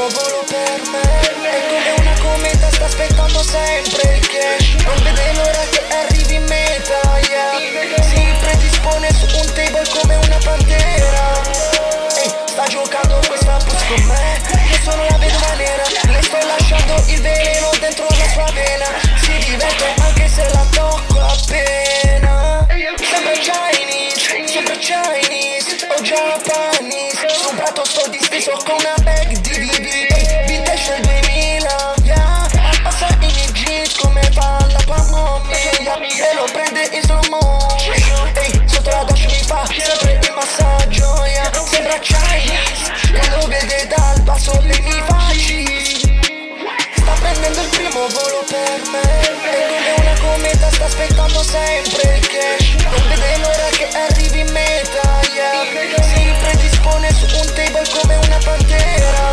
primo volo per me. È come una cometa, sta aspettando sempre il cash. Non vede l'ora che arrivi in meta, yeah. Si predispone su un table come una pantera. Ehi, sta giocando questa puzz con me. Io sono la vedova nera, le sto lasciando il veleno dentro la sua vena. Si diverte anche se la tocco appena. Sempre Chinese o Japanese. Su un prato sto disteso con una bag di DVD. Vintage del 2000, yeah. Passa in i jeans come fa la tua mommy, yeah. E lo prende in slow motion. Ehi, sotto la doccia mi fa sempre il massaggio, yeah. Sembra Chinese quando vede dal basso le mi facci. Sta prendendo il primo volo per me. È come una cometa, sta aspettando sempre il cash. Non vede l'ora che arrivi in meta, yeah. Si predispone su un table come una pantera.